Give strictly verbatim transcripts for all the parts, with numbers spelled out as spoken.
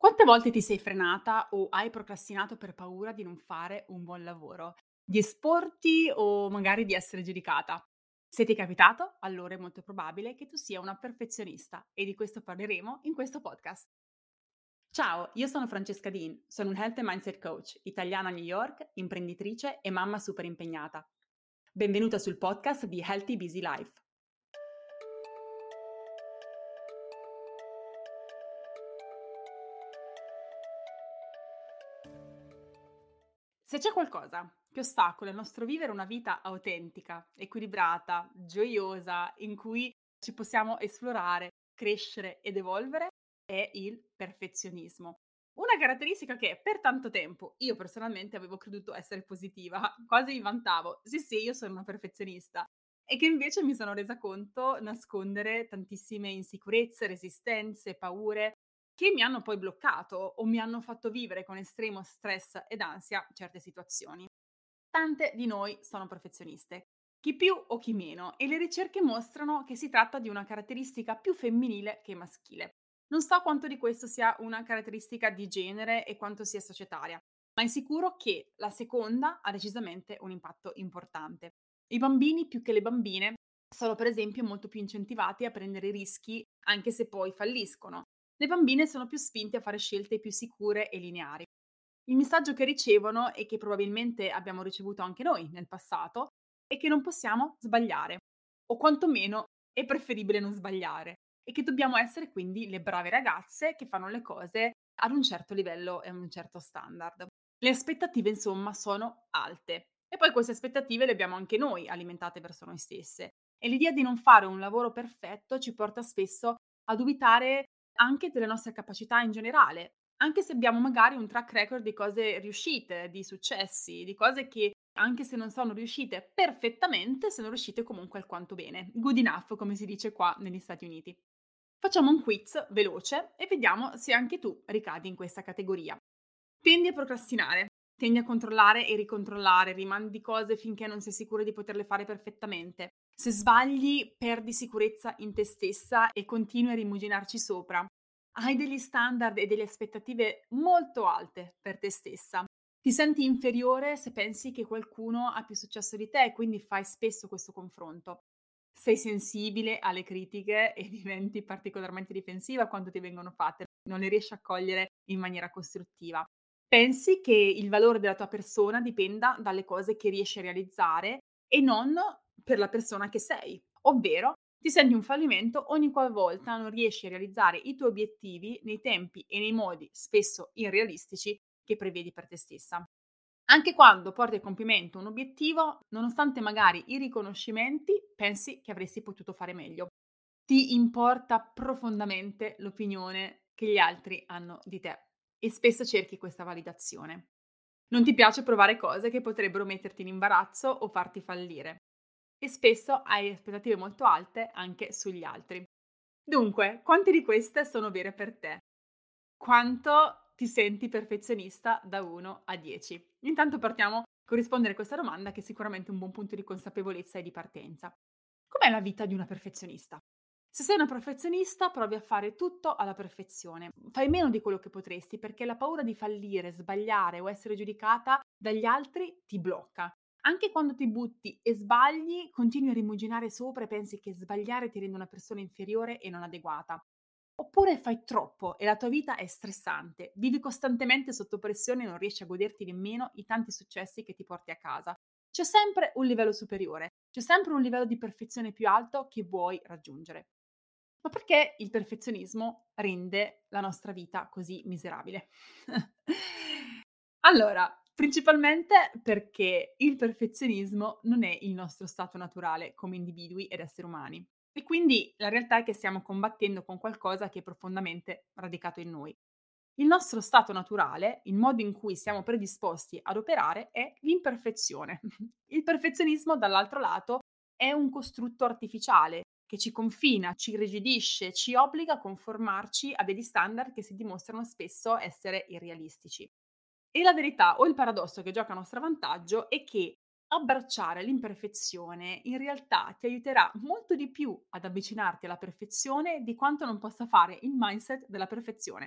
Quante volte ti sei frenata o hai procrastinato per paura di non fare un buon lavoro, di esporti o magari di essere giudicata? Se ti è capitato, allora è molto probabile che tu sia una perfezionista e di questo parleremo in questo podcast. Ciao, io sono Francesca Dean, sono un Health and Mindset Coach, italiana a New York, imprenditrice e mamma super impegnata. Benvenuta sul podcast di Healthy Busy Life. Se c'è qualcosa che ostacola il nostro vivere una vita autentica, equilibrata, gioiosa, in cui ci possiamo esplorare, crescere ed evolvere, è il perfezionismo. Una caratteristica che per tanto tempo io personalmente avevo creduto essere positiva, quasi mi vantavo. Sì, sì, io sono una perfezionista. E che invece mi sono resa conto nascondere tantissime insicurezze, resistenze, paure che mi hanno poi bloccato o mi hanno fatto vivere con estremo stress ed ansia certe situazioni. Tante di noi sono perfezioniste, chi più o chi meno, e le ricerche mostrano che si tratta di una caratteristica più femminile che maschile. Non so quanto di questo sia una caratteristica di genere e quanto sia societaria, ma è sicuro che la seconda ha decisamente un impatto importante. I bambini più che le bambine sono per esempio molto più incentivati a prendere rischi anche se poi falliscono. Le bambine sono più spinte a fare scelte più sicure e lineari. Il messaggio che ricevono e che probabilmente abbiamo ricevuto anche noi nel passato è che non possiamo sbagliare, o quantomeno è preferibile non sbagliare, e che dobbiamo essere quindi le brave ragazze che fanno le cose ad un certo livello e a un certo standard. Le aspettative, insomma, sono alte. E poi queste aspettative le abbiamo anche noi alimentate verso noi stesse. E l'idea di non fare un lavoro perfetto ci porta spesso a dubitare anche delle nostre capacità in generale, anche se abbiamo magari un track record di cose riuscite, di successi, di cose che anche se non sono riuscite perfettamente, sono riuscite comunque alquanto bene. Good enough, come si dice qua negli Stati Uniti. Facciamo un quiz veloce e vediamo se anche tu ricadi in questa categoria. Tendi a procrastinare, tendi a controllare e ricontrollare, rimandi cose finché non sei sicuro di poterle fare perfettamente. Se sbagli, perdi sicurezza in te stessa e continui a rimuginarci sopra. Hai degli standard e delle aspettative molto alte per te stessa. Ti senti inferiore se pensi che qualcuno ha più successo di te e quindi fai spesso questo confronto. Sei sensibile alle critiche e diventi particolarmente difensiva quando ti vengono fatte, non le riesci a cogliere in maniera costruttiva. Pensi che il valore della tua persona dipenda dalle cose che riesci a realizzare e non per la persona che sei, ovvero ti senti un fallimento ogni qualvolta non riesci a realizzare i tuoi obiettivi nei tempi e nei modi spesso irrealistici che prevedi per te stessa. Anche quando porti a compimento un obiettivo, nonostante magari i riconoscimenti, pensi che avresti potuto fare meglio. Ti importa profondamente l'opinione che gli altri hanno di te e spesso cerchi questa validazione. Non ti piace provare cose che potrebbero metterti in imbarazzo o farti fallire e spesso hai aspettative molto alte anche sugli altri. Dunque, quante di queste sono vere per te? Quanto ti senti perfezionista da uno a dieci? Intanto partiamo con rispondere a questa domanda che è sicuramente un buon punto di consapevolezza e di partenza. Com'è la vita di una perfezionista? Se sei una perfezionista, provi a fare tutto alla perfezione. Fai meno di quello che potresti perché la paura di fallire, sbagliare o essere giudicata dagli altri ti blocca. Anche quando ti butti e sbagli, continui a rimuginare sopra e pensi che sbagliare ti renda una persona inferiore e non adeguata. Oppure fai troppo e la tua vita è stressante, vivi costantemente sotto pressione e non riesci a goderti nemmeno i tanti successi che ti porti a casa. C'è sempre un livello superiore, c'è sempre un livello di perfezione più alto che vuoi raggiungere. Ma perché il perfezionismo rende la nostra vita così miserabile? Allora, principalmente perché il perfezionismo non è il nostro stato naturale come individui ed esseri umani. E quindi la realtà è che stiamo combattendo con qualcosa che è profondamente radicato in noi. Il nostro stato naturale, il modo in cui siamo predisposti ad operare, è l'imperfezione. Il perfezionismo, dall'altro lato, è un costrutto artificiale che ci confina, ci irrigidisce, ci obbliga a conformarci a degli standard che si dimostrano spesso essere irrealistici. E la verità o il paradosso che gioca a nostro vantaggio è che abbracciare l'imperfezione in realtà ti aiuterà molto di più ad avvicinarti alla perfezione di quanto non possa fare il mindset della perfezione.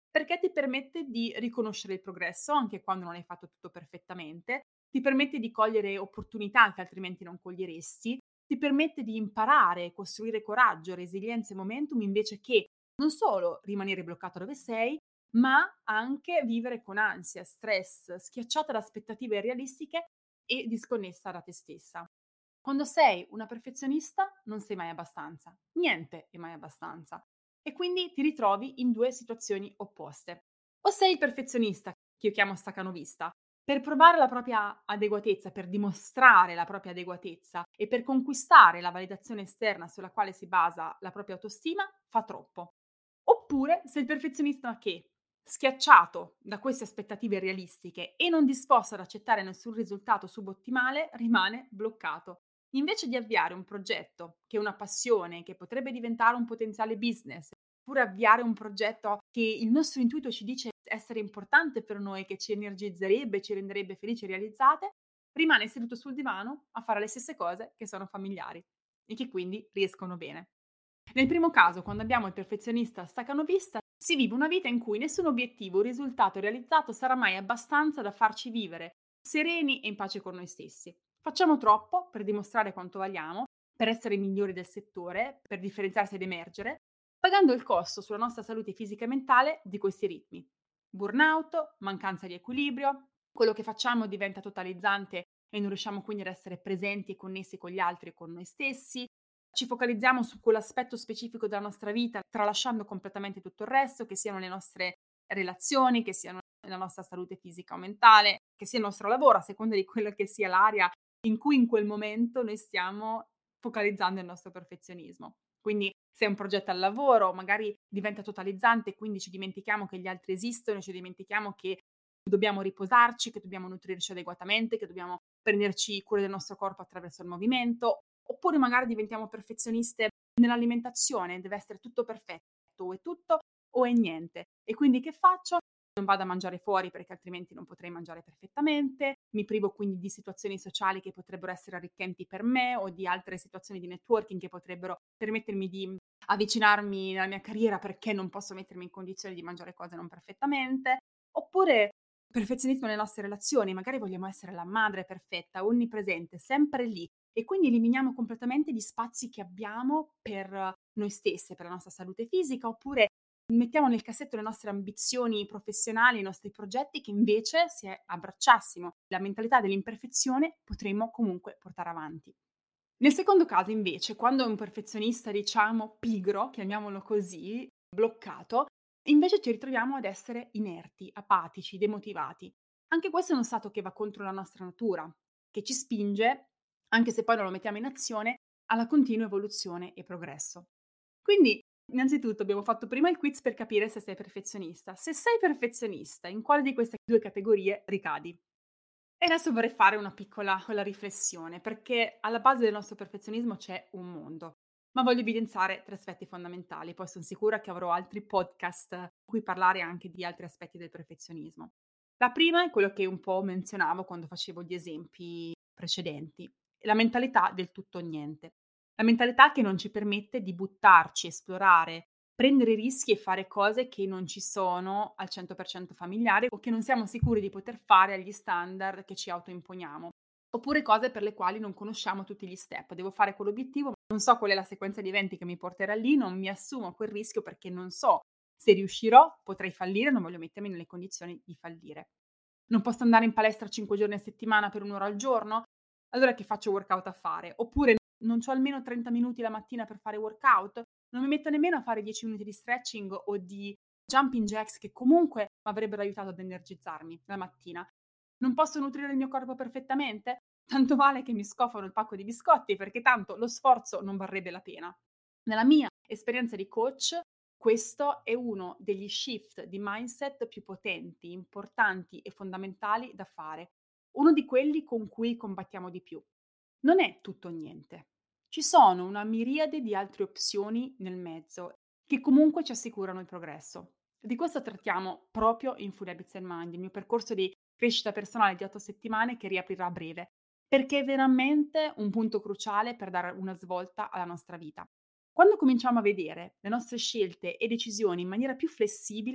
perché ti permette di riconoscere il progresso anche quando non hai fatto tutto perfettamente, ti permette di cogliere opportunità che altrimenti non coglieresti, ti permette di imparare, costruire coraggio, resilienza e momentum invece che non solo rimanere bloccato dove sei, ma anche vivere con ansia, stress, schiacciata da aspettative irrealistiche e disconnessa da te stessa. Quando sei una perfezionista non sei mai abbastanza, niente è mai abbastanza e quindi ti ritrovi in due situazioni opposte. O sei il perfezionista, che io chiamo stacanovista, per provare la propria adeguatezza, per dimostrare la propria adeguatezza e per conquistare la validazione esterna sulla quale si basa la propria autostima, fa troppo. Oppure sei il perfezionista che, schiacciato da queste aspettative realistiche e non disposto ad accettare nessun risultato subottimale, rimane bloccato. Invece di avviare un progetto che è una passione, che potrebbe diventare un potenziale business, oppure avviare un progetto che il nostro intuito ci dice essere importante per noi, che ci energizzerebbe, ci renderebbe felici e realizzate, rimane seduto sul divano a fare le stesse cose che sono familiari e che quindi riescono bene. Nel primo caso, quando abbiamo il perfezionista stacanovista, si vive una vita in cui nessun obiettivo o risultato realizzato sarà mai abbastanza da farci vivere sereni e in pace con noi stessi. Facciamo troppo per dimostrare quanto valiamo, per essere i migliori del settore, per differenziarsi ed emergere, pagando il costo sulla nostra salute fisica e mentale di questi ritmi. Burnout, mancanza di equilibrio, quello che facciamo diventa totalizzante e non riusciamo quindi ad essere presenti e connessi con gli altri e con noi stessi. Ci focalizziamo su quell'aspetto specifico della nostra vita, tralasciando completamente tutto il resto, che siano le nostre relazioni, che siano la nostra salute fisica o mentale, che sia il nostro lavoro, a seconda di quello che sia l'area in cui in quel momento noi stiamo focalizzando il nostro perfezionismo. Quindi se è un progetto al lavoro, magari diventa totalizzante, quindi ci dimentichiamo che gli altri esistono, ci dimentichiamo che dobbiamo riposarci, che dobbiamo nutrirci adeguatamente, che dobbiamo prenderci cura del nostro corpo attraverso il movimento, oppure magari diventiamo perfezioniste nell'alimentazione, deve essere tutto perfetto, o è tutto o è niente. E quindi che faccio? Non vado a mangiare fuori perché altrimenti non potrei mangiare perfettamente, mi privo quindi di situazioni sociali che potrebbero essere arricchenti per me o di altre situazioni di networking che potrebbero permettermi di avvicinarmi nella mia carriera perché non posso mettermi in condizione di mangiare cose non perfettamente. Oppure perfezionismo nelle nostre relazioni, magari vogliamo essere la madre perfetta, onnipresente, sempre lì e quindi eliminiamo completamente gli spazi che abbiamo per noi stesse, per la nostra salute fisica, oppure mettiamo nel cassetto le nostre ambizioni professionali, i nostri progetti che invece, se abbracciassimo la mentalità dell'imperfezione, potremmo comunque portare avanti. Nel secondo caso, invece, quando è un perfezionista, diciamo, pigro, chiamiamolo così, bloccato, invece ci ritroviamo ad essere inerti, apatici, demotivati. Anche questo è uno stato che va contro la nostra natura, che ci spinge, anche se poi non lo mettiamo in azione, alla continua evoluzione e progresso. Quindi, innanzitutto, abbiamo fatto prima il quiz per capire se sei perfezionista. Se sei perfezionista, in quale di queste due categorie ricadi? E adesso vorrei fare una piccola piccola riflessione, perché alla base del nostro perfezionismo c'è un mondo, ma voglio evidenziare tre aspetti fondamentali, poi son sicura che avrò altri podcast in cui parlare anche di altri aspetti del perfezionismo. La prima è quello che un po' menzionavo quando facevo gli esempi precedenti, la mentalità del tutto o niente. La mentalità che non ci permette di buttarci, esplorare, prendere rischi e fare cose che non ci sono al cento per cento familiari o che non siamo sicuri di poter fare agli standard che ci autoimponiamo. Oppure cose per le quali non conosciamo tutti gli step. Devo fare quell'obiettivo, ma non so qual è la sequenza di eventi che mi porterà lì, non mi assumo quel rischio perché non so se riuscirò, potrei fallire, non voglio mettermi nelle condizioni di fallire. Non posso andare in palestra cinque giorni a settimana per un ora al giorno? Allora che faccio workout a fare? Oppure non c'ho almeno trenta minuti la mattina per fare workout? Non mi metto nemmeno a fare dieci minuti di stretching o di jumping jacks che comunque m'avrebbero aiutato ad energizzarmi la mattina. Non posso nutrire il mio corpo perfettamente? Tanto vale che mi scofano il pacco di biscotti perché tanto lo sforzo non varrebbe la pena. Nella mia esperienza di coach, questo è uno degli shift di mindset più potenti, importanti e fondamentali da fare. Uno di quelli con cui combattiamo di più. Non è tutto o niente. Ci sono una miriade di altre opzioni nel mezzo che comunque ci assicurano il progresso. Di questo trattiamo proprio in Full Habits and Mind, il mio percorso di crescita personale di otto settimane che riaprirà a breve, perché è veramente un punto cruciale per dare una svolta alla nostra vita. Quando cominciamo a vedere le nostre scelte e decisioni in maniera più flessibile,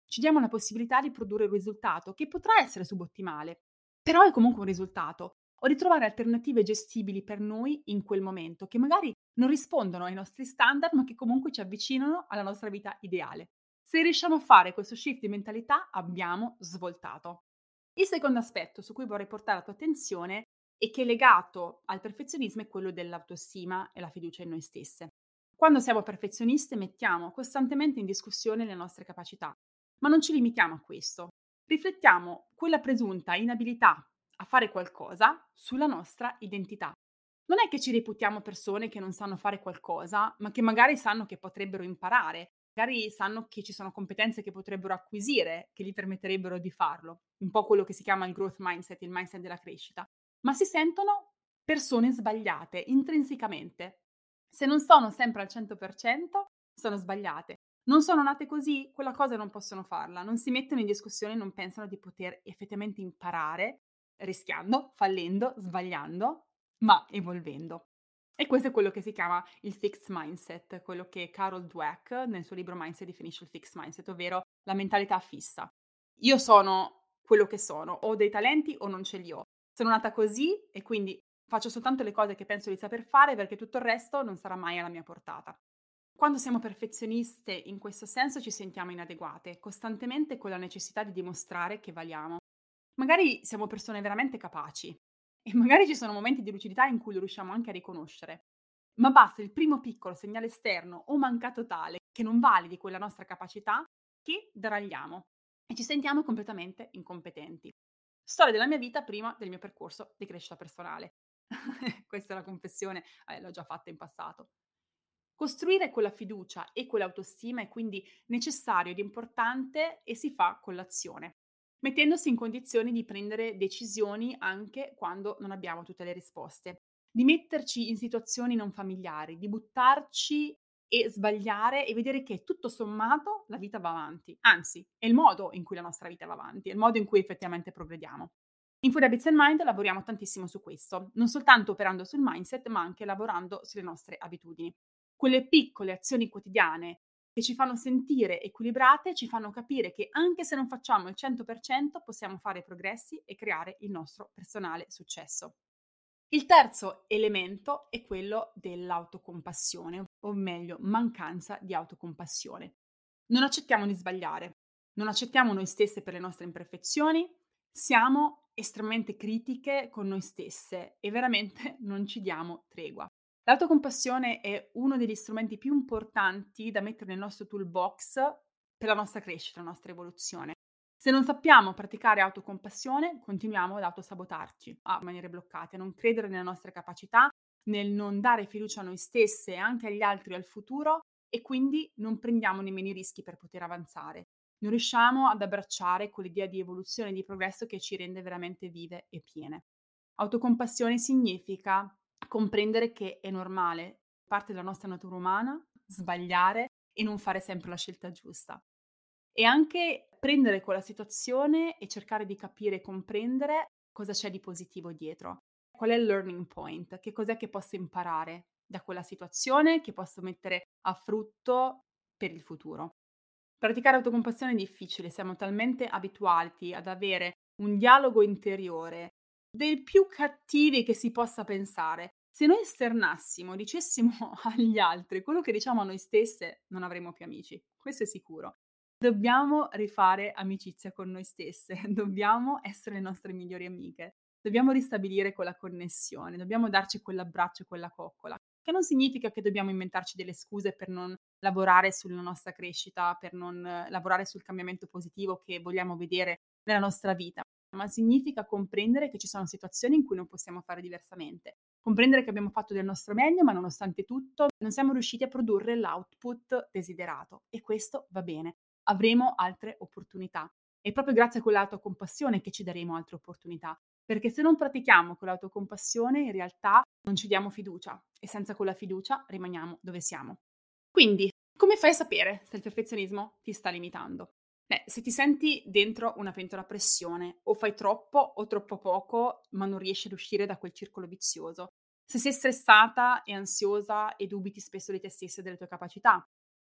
ci diamo la possibilità di produrre un risultato che potrà essere subottimale, però è comunque un risultato, o di trovare alternative gestibili per noi in quel momento, che magari non rispondono ai nostri standard, ma che comunque ci avvicinano alla nostra vita ideale. Se riusciamo a fare questo shift di mentalità, abbiamo svoltato. Il secondo aspetto su cui vorrei portare la tua attenzione e che è legato al perfezionismo è quello dell'autostima e la fiducia in noi stesse. Quando siamo perfezioniste mettiamo costantemente in discussione le nostre capacità, ma non ci limitiamo a questo. Riflettiamo quella presunta inabilità a fare qualcosa sulla nostra identità. Non è che ci reputiamo persone che non sanno fare qualcosa, ma che magari sanno che potrebbero imparare, magari sanno che ci sono competenze che potrebbero acquisire, che gli permetterebbero di farlo. Un po' quello che si chiama il growth mindset, il mindset della crescita. Ma si sentono persone sbagliate intrinsecamente. Se non sono sempre al cento per cento, sono sbagliate. Non sono nate così, quella cosa non possono farla. Non si mettono in discussione, non pensano di poter effettivamente imparare, rischiando, fallendo, sbagliando, ma evolvendo. E questo è quello che si chiama il fixed mindset, quello che Carol Dweck nel suo libro Mindset definisce il fixed mindset, ovvero la mentalità fissa. Io sono quello che sono, ho dei talenti o non ce li ho. Sono nata così e quindi faccio soltanto le cose che penso di saper fare perché tutto il resto non sarà mai alla mia portata. Quando siamo perfezioniste in questo senso ci sentiamo inadeguate, costantemente con la necessità di dimostrare che valiamo. Magari siamo persone veramente capaci e magari ci sono momenti di lucidità in cui lo riusciamo anche a riconoscere, ma basta il primo piccolo segnale esterno o mancato tale che non validi quella nostra capacità che deragliamo e ci sentiamo completamente incompetenti. Storia della mia vita prima del mio percorso di crescita personale. Questa è la confessione, eh, l'ho già fatta in passato. Costruire quella fiducia e quell'autostima è quindi necessario ed importante e si fa con l'azione, mettendosi in condizioni di prendere decisioni anche quando non abbiamo tutte le risposte, di metterci in situazioni non familiari, di buttarci e sbagliare e vedere che tutto sommato la vita va avanti. Anzi, è il modo in cui la nostra vita va avanti, è il modo in cui effettivamente progrediamo. In Full Habits and Mind lavoriamo tantissimo su questo, non soltanto operando sul mindset, ma anche lavorando sulle nostre abitudini. Quelle piccole azioni quotidiane che ci fanno sentire equilibrate, ci fanno capire che anche se non facciamo il cento per cento possiamo fare progressi e creare il nostro personale successo. Il terzo elemento è quello dell'autocompassione, o meglio, mancanza di autocompassione. Non accettiamo di sbagliare, non accettiamo noi stesse per le nostre imperfezioni, siamo estremamente critiche con noi stesse e veramente non ci diamo tregua. L'autocompassione è uno degli strumenti più importanti da mettere nel nostro toolbox per la nostra crescita, la nostra evoluzione. Se non sappiamo praticare autocompassione, continuiamo ad autosabotarci, a rimanere bloccati, a non credere nelle nostre capacità, nel non dare fiducia a noi stesse e anche agli altri e al futuro e quindi non prendiamo nemmeno i rischi per poter avanzare. Non riusciamo ad abbracciare quell'idea di evoluzione e di progresso che ci rende veramente vive e piene. Autocompassione significa comprendere che è normale, parte della nostra natura umana, sbagliare e non fare sempre la scelta giusta. E anche prendere quella situazione e cercare di capire e comprendere cosa c'è di positivo dietro. Qual è il learning point? Che cos'è che posso imparare da quella situazione che posso mettere a frutto per il futuro? Praticare autocompassione è difficile, siamo talmente abituati ad avere un dialogo interiore del più cattivi che si possa pensare. Se noi esternassimo, dicessimo agli altri quello che diciamo a noi stesse, non avremo più amici, questo è sicuro. Dobbiamo rifare amicizia con noi stesse, dobbiamo essere le nostre migliori amiche, dobbiamo ristabilire quella connessione, dobbiamo darci quell'abbraccio e quella coccola, che non significa che dobbiamo inventarci delle scuse per non lavorare sulla nostra crescita, per non eh, lavorare sul cambiamento positivo che vogliamo vedere nella nostra vita, ma significa comprendere che ci sono situazioni in cui non possiamo fare diversamente. Comprendere che abbiamo fatto del nostro meglio, ma nonostante tutto non siamo riusciti a produrre l'output desiderato e questo va bene. Avremo altre opportunità. È proprio grazie a quell'autocompassione che ci daremo altre opportunità, perché se non pratichiamo quell'autocompassione in realtà non ci diamo fiducia e senza quella fiducia rimaniamo dove siamo. Quindi, come fai a sapere se il perfezionismo ti sta limitando? Beh, se ti senti dentro una pentola a pressione, o fai troppo o troppo poco, ma non riesci ad uscire da quel circolo vizioso. Se sei stressata e ansiosa e dubiti spesso di te stessa e delle tue capacità.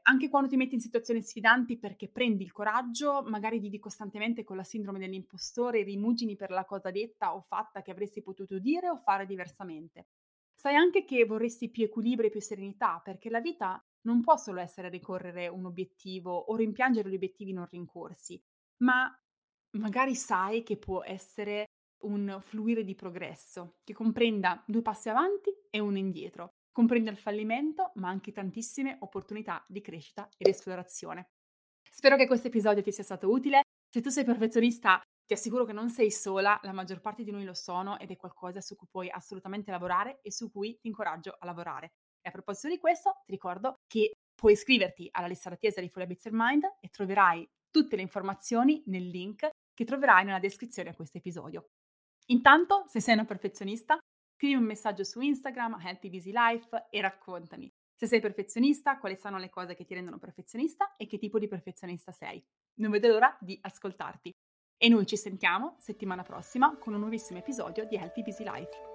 Anche quando ti metti in situazioni sfidanti perché prendi il coraggio, magari vivi costantemente con la sindrome dell'impostore e rimugini per la cosa detta o fatta che avresti potuto dire o fare diversamente. Sai anche che vorresti più equilibrio e più serenità, perché la vita non può solo essere ricorrere un obiettivo o rimpiangere gli obiettivi non rincorsi, ma magari sai che può essere un fluire di progresso, che comprenda due passi avanti e uno indietro, comprenda il fallimento, ma anche tantissime opportunità di crescita ed esplorazione. Spero che questo episodio ti sia stato utile. Se tu sei perfezionista, ti assicuro che non sei sola, la maggior parte di noi lo sono ed è qualcosa su cui puoi assolutamente lavorare e su cui ti incoraggio a lavorare. E a proposito di questo, ti ricordo che puoi iscriverti alla lista d'attesa di Full Habits and Mind e troverai tutte le informazioni nel link che troverai nella descrizione a questo episodio. Intanto, se sei una perfezionista, scrivi un messaggio su Instagram, a Healthy Busy Life, e raccontami. Se sei perfezionista, quali sono le cose che ti rendono perfezionista e che tipo di perfezionista sei. Non vedo l'ora di ascoltarti. E noi ci sentiamo settimana prossima con un nuovissimo episodio di Healthy Busy Life.